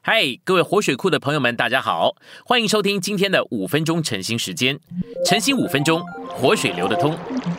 嗨，各位活水库的朋友们，大家好，欢迎收听今天的5分钟晨兴时间。晨兴5分钟，活水流得通。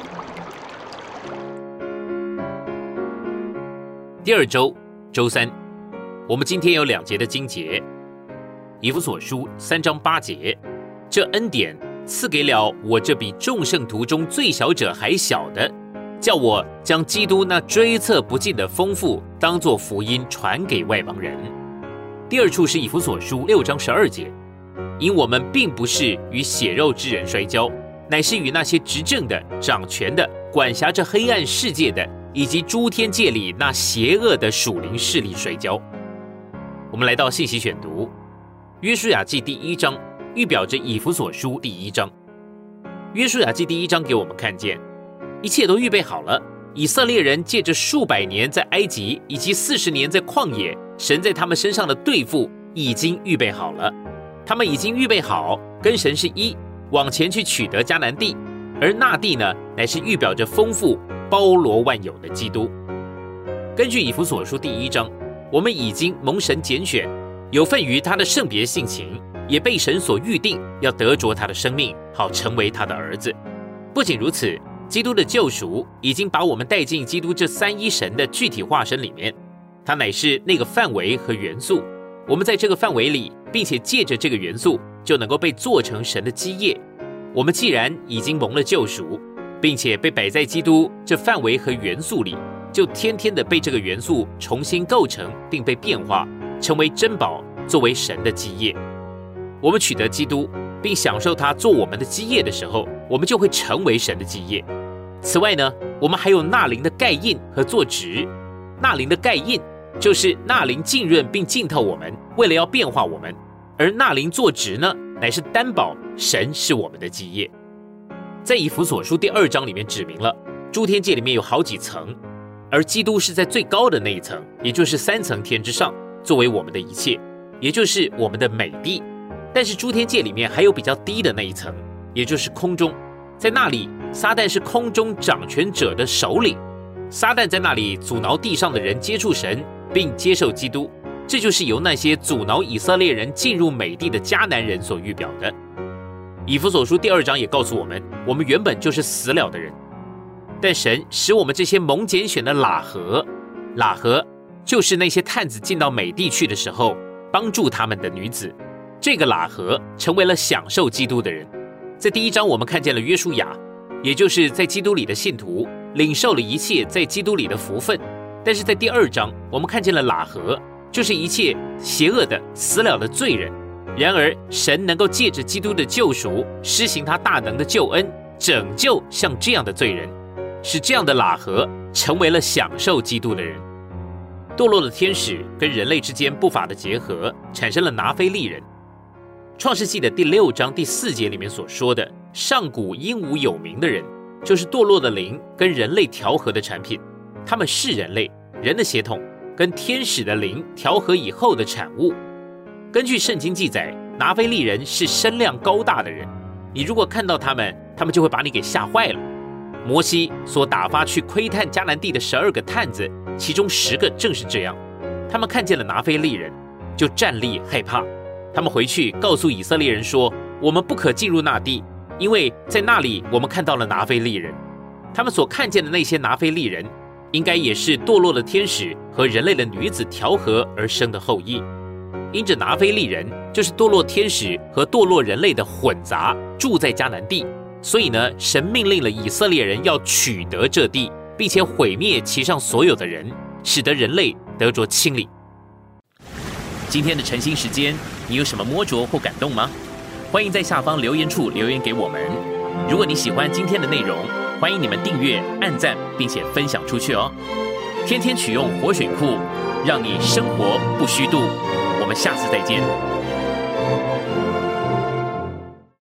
第二周，周三，我们今天有2节的经节，以弗所书3章8节，这恩典赐给了我这比众圣徒中最小者还小的，叫我将基督那追测不尽的丰富当作福音传给外邦人。第二处是以弗所书6章12节，因我们并不是与血肉之人摔跤，乃是与那些执政的、掌权的、管辖着黑暗世界的，以及诸天界里那邪恶的属灵势力摔跤。我们来到信息选读，约书亚记第1章预表着以弗所书第1章。约书亚记第1章给我们看见，一切都预备好了。以色列人借着数百年在埃及以及40年在旷野，神在他们身上的对付已经预备好了。他们已经预备好跟神是一，往前去取得迦南地，而那地呢，乃是预表着丰富包罗万有的基督。根据以弗所书第1章，我们已经蒙神拣选，有份于他的圣别性情，也被神所预定，要得着他的生命，好成为他的儿子。不仅如此，基督的救赎已经把我们带进基督这三一神的具体化身里面，它乃是那个范围和元素。我们在这个范围里，并且借着这个元素，就能够被做成神的基业。我们既然已经蒙了救赎，并且被摆在基督这范围和元素里，就天天的被这个元素重新构成，并被变化，成为珍宝，作为神的基业。我们取得基督，并享受他做我们的基业的时候，我们就会成为神的基业。此外呢，我们还有纳灵的盖印和做职。纳灵的盖印就是纳灵浸润并浸透我们，为了要变化我们；而纳灵做职呢，乃是担保神是我们的基业。在以弗所书第2章里面指明了，诸天界里面有好几层，而基督是在最高的那一层，也就是3层天之上，作为我们的一切，也就是我们的美地。但是诸天界里面还有比较低的那一层，也就是空中。在那里，撒旦是空中掌权者的首领，撒旦在那里阻挠地上的人接触神，并接受基督。这就是由那些阻挠以色列人进入美地的迦南人所预表的。以弗所书第2章也告诉我们，我们原本就是死了的人，但神使我们这些蒙拣选的喇合就是那些探子进到美地去的时候帮助他们的女子。这个喇合成为了享受基督的人。在第1章我们看见了约书亚，也就是在基督里的信徒，领受了一切在基督里的福分。但是在第2章我们看见了喇合，就是一切邪恶的死了的罪人。然而神能够借着基督的救赎，施行他大能的救恩，拯救像这样的罪人，使这样的喇合成为了享受基督的人。堕落的天使跟人类之间不法的结合，产生了拿非利人。创世纪的第6章第4节里面所说的上古英武有名的人，就是堕落的灵跟人类调和的产品。他们是人类，人的血统跟天使的灵调和以后的产物。根据圣经记载，拿非利人是身量高大的人，你如果看到他们就会把你给吓坏了。摩西所打发去窥探迦南地的12个探子，其中10个正是这样。他们看见了拿非利人，就站立害怕。他们回去告诉以色列人说，我们不可进入那地，因为在那里我们看到了拿非利人。他们所看见的那些拿非利人，应该也是堕落的天使和人类的女子调和而生的后裔。因着拿非利人就是堕落天使和堕落人类的混杂，住在迦南地，所以呢，神命令了以色列人要取得这地，并且毁灭其上所有的人，使得人类得着清理。今天的晨兴时间，你有什么摸着或感动吗？欢迎在下方留言处留言给我们。如果你喜欢今天的内容，欢迎你们订阅、按赞，并且分享出去哦。天天取用活水库，让你生活不虚度。我们下次再见。